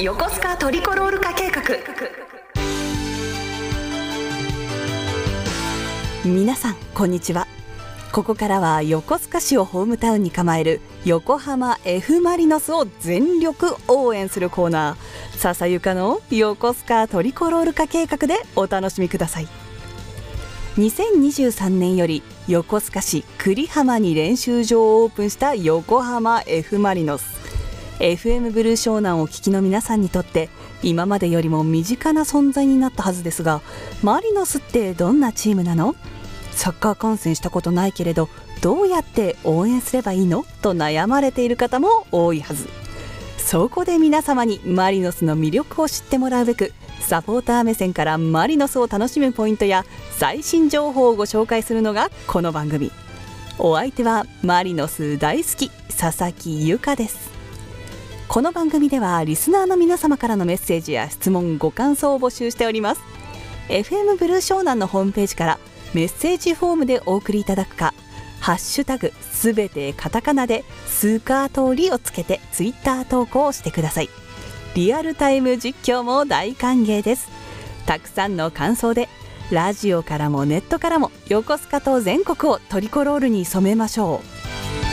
横須賀トリコロール化計画。 皆さんこんにちは。ここからは横須賀市をホームタウンに構える横浜 F マリノスを全力応援するコーナー、笹ゆかの横須賀トリコロール化計画でお楽しみください。2023年より横須賀市久里浜に練習場をオープンした横浜 F マリノス。 FM ブルー湘南を聞きの皆さんにとって今までよりも身近な存在になったはずですが、マリノスってどんなチームなの？サッカー観戦したことないけれどどうやって応援すればいいのと悩まれている方も多いはず。そこで皆様にマリノスの魅力を知ってもらうべく、サポーター目線からマリノスを楽しむポイントや最新情報をご紹介するのがこの番組。お相手はマリノス大好き佐々木由香です。この番組ではリスナーの皆様からのメッセージや質問ご感想を募集しております。 FM ブルー湘南のホームページからメッセージフォームでお送りいただくか、ハッシュタグすべてカタカナでスカー通りをつけてツイッター投稿をしてください。リアルタイム実況も大歓迎です。たくさんの感想でラジオからもネットからも横須賀と全国をトリコロールに染めましょう。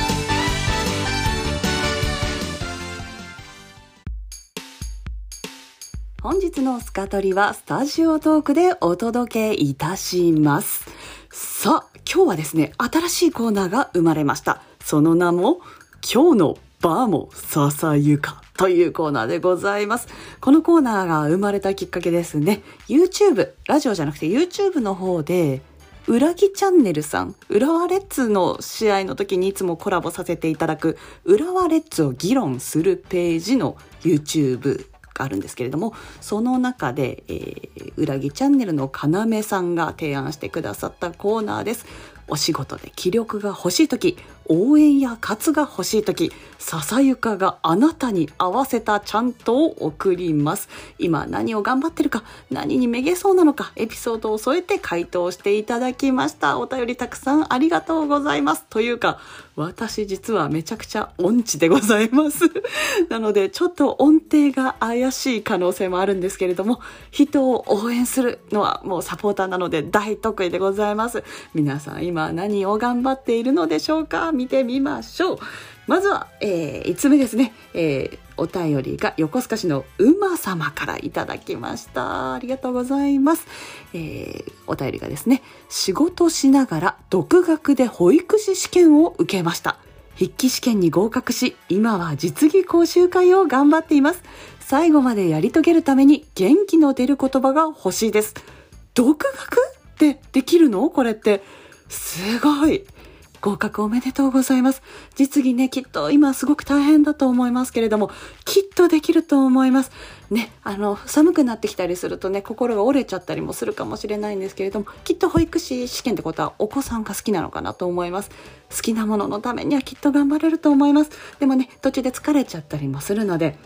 本日のスカトリはスタジオトークでお届けいたします。さあ、今日はですね、新しいコーナーが生まれました。その名も今日のバーも笹ゆかというコーナーでございます。このコーナーが生まれたきっかけですね、 YouTube、 ラジオじゃなくて YouTube の方で裏木チャンネルさん、浦和レッズの試合の時にいつもコラボさせていただく浦和レッズを議論するページの YouTubeあるんですけれども、その中で、裏木チャンネルの要さんが提案してくださったコーナーです。お仕事で気力が欲しいとき、応援や活が欲しいとき、笹ゆかがあなたに合わせたチャントを送ります。今何を頑張ってるか、何にめげそうなのか、エピソードを添えて回答していただきました。お便りたくさんありがとうございます。というか、私実はめちゃくちゃ音痴でございますなのでちょっと音程が怪しい可能性もあるんですけれども、人を応援するのはもうサポーターなので大得意でございます。皆さん今何を頑張っているのでしょうか。見てみましょう。まずは、5つ目ですね、お便りが横須賀市の馬様からいただきました。ありがとうございます。お便りがですね、仕事しながら独学で保育士試験を受けました。筆記試験に合格し、今は実技講習会を頑張っています。最後までやり遂げるために元気の出る言葉が欲しいです。独学ってできるの？これってすごい。合格おめでとうございます。実技ね、きっと今すごく大変だと思いますけれども、きっとできると思いますね。寒くなってきたりするとね、心が折れちゃったりもするかもしれないんですけれども、きっと保育士試験ってことはお子さんが好きなのかなと思います。好きなもののためにはきっと頑張れると思います。でもね、途中で疲れちゃったりもするので、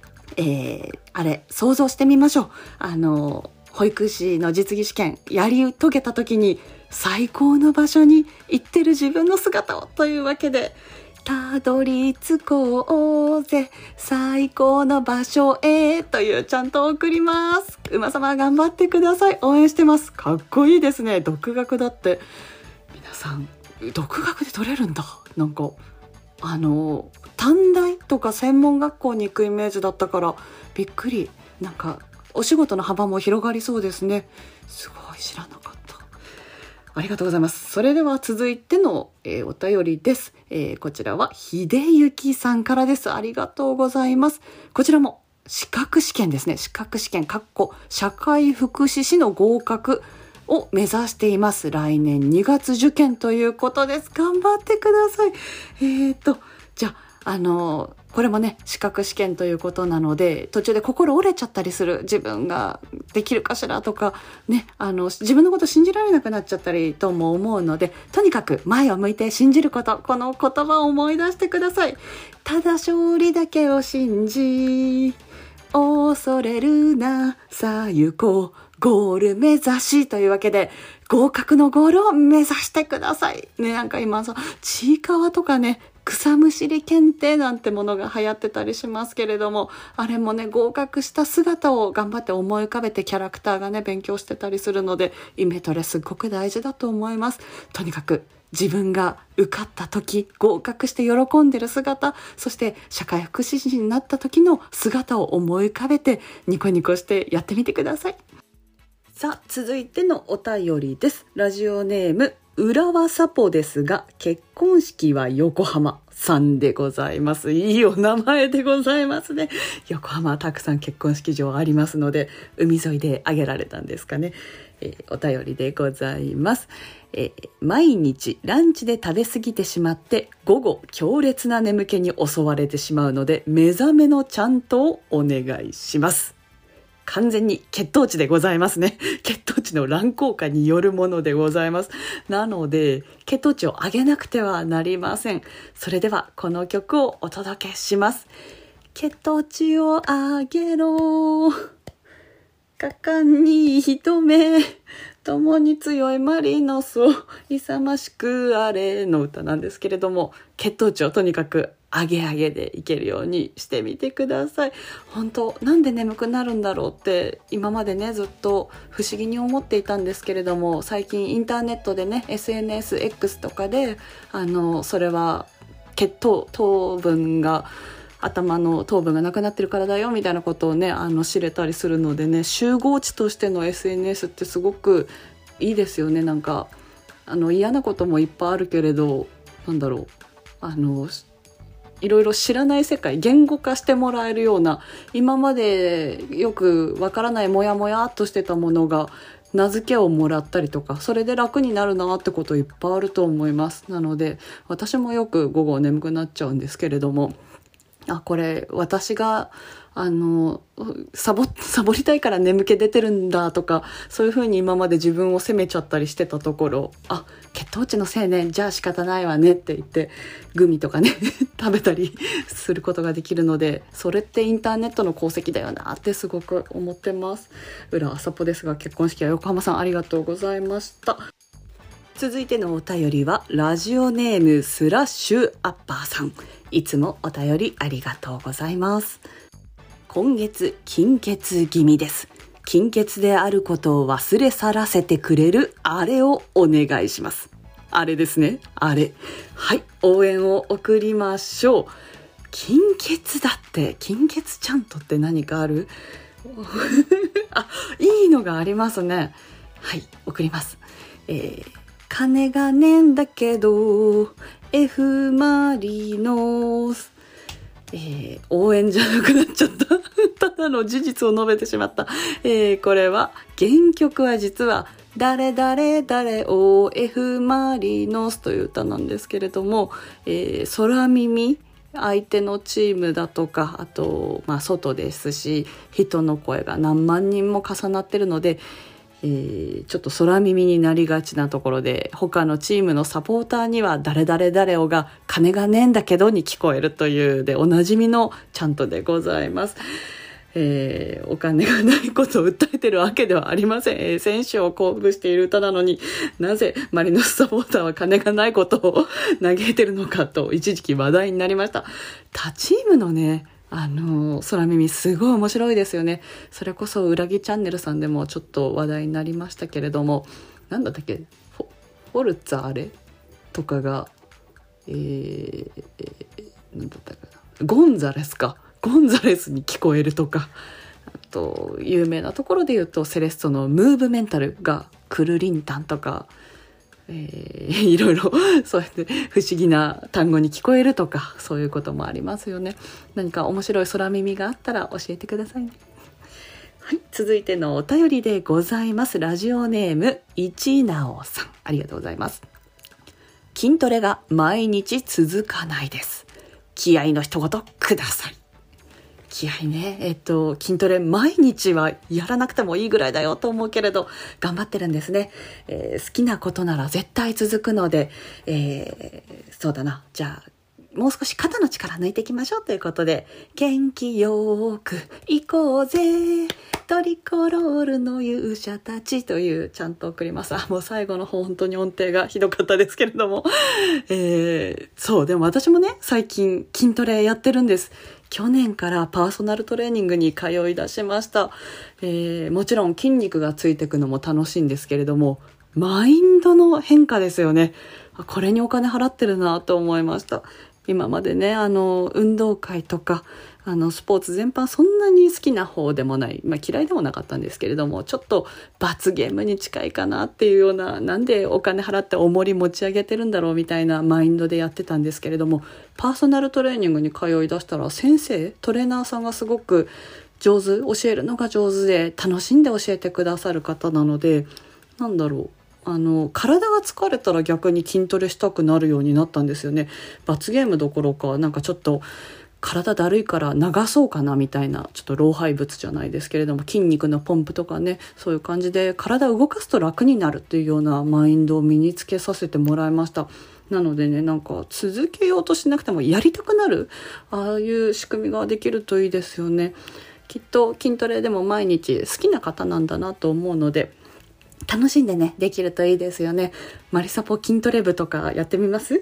想像してみましょう。保育士の実技試験やり遂げた時に最高の場所に行ってる自分の姿をというわけで、たどり着こうぜ最高の場所へというちゃんと送ります。馬様頑張ってください。応援してます。かっこいいですね。独学だって。皆さん独学で取れるんだ。なんか短大とか専門学校に行くイメージだったからびっくり。なんかお仕事の幅も広がりそうですね。すごい、知らなかった。ありがとうございます。それでは続いての、お便りです。こちらは秀幸さんからです。ありがとうございます。こちらも資格試験ですね。資格試験社会福祉士の合格を目指しています。来年2月受験ということです。頑張ってください。じゃあこれもね、資格試験ということなので、途中で心折れちゃったりする、自分ができるかしらとかね、自分のこと信じられなくなっちゃったりとも思うので、とにかく前を向いて信じること、この言葉を思い出してください。ただ勝利だけを信じ、恐れるな、さあ行こう、ゴール目指しというわけで、合格のゴールを目指してくださいね。なんか今ちいかわとかね、 草むしり検定なんてものが流行ってたりしますけれども、あれもね、合格した姿を頑張って思い浮かべてキャラクターがね、勉強してたりするので、イメトレすっごく大事だと思います。とにかく自分が受かった時、合格して喜んでる姿、そして社会福祉士になった時の姿を思い浮かべてニコニコしてやってみてください。さあ、続いてのお便りです。ラジオネーム浦和サポですが、結婚式は横浜さんでございます。いいお名前でございますね。横浜はたくさん結婚式場ありますので、海沿いで挙げられたんですかね。お便りでございます。毎日ランチで食べ過ぎてしまって午後強烈な眠気に襲われてしまうので、目覚めのちゃんとをお願いします。完全に血糖値でございますね。血糖値の乱高下によるものでございます。なので血糖値を上げなくてはなりません。それではこの曲をお届けします。血糖値を上げろ、果敢に一目、共に強いマリノスを勇ましくあれの歌なんですけれども、血糖値をとにかく上げ上げでいけるようにしてみてください。本当、なんで眠くなるんだろうって今までね、ずっと不思議に思っていたんですけれども、最近インターネットでね、 SNSX とかでそれは糖分が頭の糖分がなくなってるからだよみたいなことをね、知れたりするのでね、集合値としての SNS ってすごくいいですよね。なんか嫌なこともいっぱいあるけれど、なんだろう、いろいろ知らない世界、言語化してもらえるような、今までよくわからないモヤモヤっとしてたものが名付けをもらったりとか、それで楽になるなってこといっぱいあると思います。なので私もよく午後眠くなっちゃうんですけれども、これ私がサボりたいから眠気出てるんだとか、そういう風に今まで自分を責めちゃったりしてたところ、血糖値のせいね、じゃあ仕方ないわねって言ってグミとかね食べたりすることができるので、それってインターネットの功績だよなってすごく思ってます。浦和サポですが、結婚式は横浜さんありがとうございました。続いてのお便りはラジオネームスラッシュアッパーさん、いつもお便りありがとうございます。今月金欠気味です。金欠であることを忘れ去らせてくれるあれをお願いします。あれですね、あれ。はい、応援を送りましょう。金欠だって、金欠ちゃんとって何かあるいいのがありますね。はい、送ります。金がねえんだけど F マリノス、応援じゃなくなっちゃったただの事実を述べてしまった。これは原曲は実は誰々誰を F マリノスという歌なんですけれども、空耳、相手のチームだとか、あと外ですし、人の声が何万人も重なってるので、ちょっと空耳になりがちなところで、他のチームのサポーターには誰々誰をが金がねえんだけどに聞こえるというでおなじみのちゃんとでございます。お金がないことを訴えてるわけではありません。選手を鼓舞している歌なのに、なぜマリノスサポーターは金がないことを嘆いてるのかと一時期話題になりました。他チームのね、空耳すごい面白いですよね。それこそ裏木チャンネルさんでもちょっと話題になりましたけれども、なんだったっけ、フォルツァあれとかが、なんだったかな、ゴンザレスに聞こえるとか、あと有名なところで言うとセレッソのムーブメンタルがクルリンタンとか、いろいろそうやって不思議な単語に聞こえるとか、そういうこともありますよね。何か面白い空耳があったら教えてくださいね。はい、続いてのお便りでございます。ラジオネーム一直さん、ありがとうございます。筋トレが毎日続かないです。気合の一言ください。気合ね、筋トレ毎日はやらなくてもいいぐらいだよと思うけれど頑張ってるんですね。好きなことなら絶対続くので、そうだな、じゃあもう少し肩の力抜いていきましょうということで、元気よく行こうぜトリコロールの勇者たちというちゃんと送ります。もう最後の方本当に音程がひどかったですけれども、そうでも私もね最近筋トレやってるんです。去年からパーソナルトレーニングに通い出しました。もちろん筋肉がついていくのも楽しいんですけれども、マインドの変化ですよね。これにお金払ってるなと思いました。今までね運動会とかスポーツ全般そんなに好きな方でもない、嫌いでもなかったんですけれども、ちょっと罰ゲームに近いかなっていうような、なんでお金払って重り持ち上げてるんだろうみたいなマインドでやってたんですけれども、パーソナルトレーニングに通い出したら先生トレーナーさんがすごく教えるのが上手で楽しんで教えてくださる方なので、体が疲れたら逆に筋トレしたくなるようになったんですよね。罰ゲームどころかちょっと体だるいから流そうかなみたいな、ちょっと老廃物じゃないですけれども、筋肉のポンプとかね、そういう感じで体を動かすと楽になるっていうようなマインドを身につけさせてもらいました。なのでね、続けようとしなくてもやりたくなる、ああいう仕組みができるといいですよね。きっと筋トレでも毎日好きな方なんだなと思うので、楽しんでねできるといいですよね。マリサポ筋トレ部とかやってみます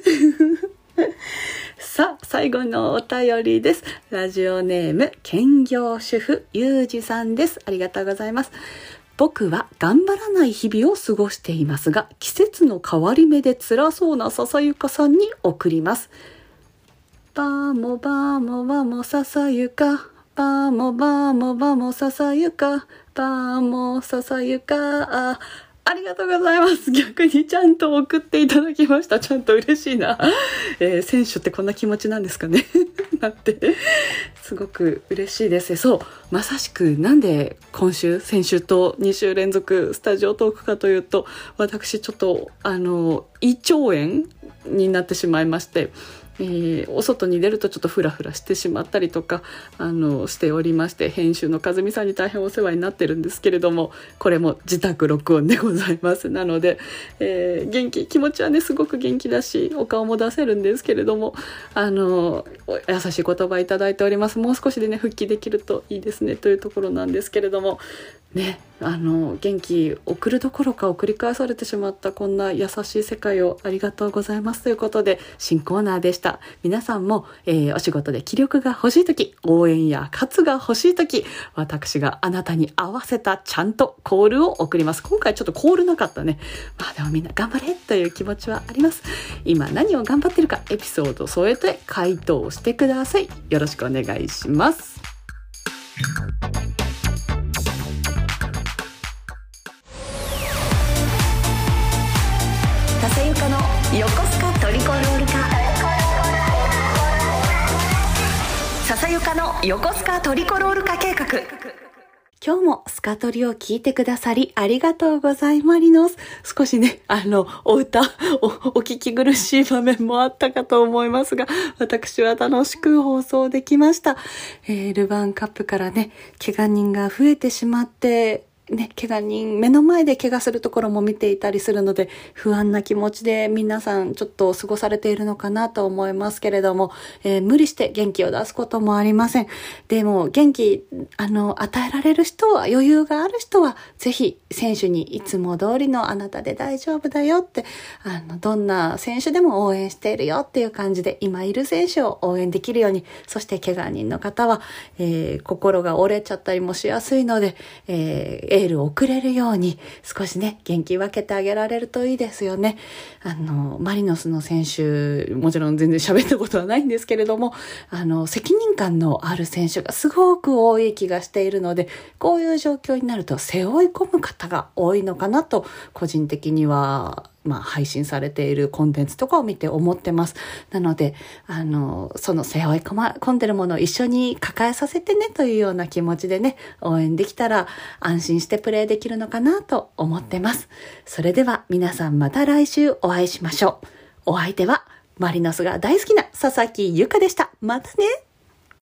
さあ最後のお便りです。ラジオネーム兼業主婦ゆうじさんです。ありがとうございます。僕は頑張らない日々を過ごしていますが、季節の変わり目で辛そうなささゆかさんに送ります。バーモバーモバモささゆか、バーモバーモバモささゆか、バーモささゆか、ありがとうございます。逆にちゃんと送っていただきました。ちゃんと嬉しいな。選手ってこんな気持ちなんですかねなんてすごく嬉しいです。そう、まさしくなんで先週と2週連続スタジオトークかというと、私ちょっと胃腸炎になってしまいまして、お外に出るとちょっとフラフラしてしまったりとかしておりまして、編集の和美さんに大変お世話になってるんですけれども、これも自宅録音でございます。なので、気持ちはねすごく元気だし、お顔も出せるんですけれども、優しい言葉いただいております。もう少しでね復帰できるといいですねというところなんですけれどもね、元気送るどころか送り返されてしまったこんな優しい世界をありがとうございますということで、新コーナーでした。皆さんも、お仕事で気力が欲しいとき、応援や喝が欲しいとき、私があなたに合わせたちゃんとコールを送ります。今回ちょっとコールなかったね。でもみんな頑張れという気持ちはあります。今何を頑張ってるかエピソードを添えて回答してください。よろしくお願いします。 ささゆかの横須賀トリコロール化、ささゆかの横須賀トリコロール化計画。 今日もスカトリを聞いてくださりありがとうございます。少しね、お歌お聞き苦しい場面もあったかと思いますが、私は楽しく放送できました。ルヴァンカップからね、怪我人が増えてしまって、怪我人目の前で怪我するところも見ていたりするので、不安な気持ちで皆さんちょっと過ごされているのかなと思いますけれども、無理して元気を出すこともありません。でも元気与えられる人は、余裕がある人はぜひ選手にいつも通りのあなたで大丈夫だよって、どんな選手でも応援しているよっていう感じで、今いる選手を応援できるように、そして怪我人の方は、心が折れちゃったりもしやすいので、エールを送れるように少しね元気分けてあげられるといいですよね。マリノスの選手、もちろん全然喋ったことはないんですけれども、責任感のある選手がすごく多い気がしているので、こういう状況になると背負い込む方が多いのかなと個人的には配信されているコンテンツとかを見て思ってます。なので、その背負い込んでるものを一緒に抱えさせてねというような気持ちでね、応援できたら安心してプレーできるのかなと思ってます。それでは皆さんまた来週お会いしましょう。お相手はマリノスが大好きな佐々木ゆかでした。またね。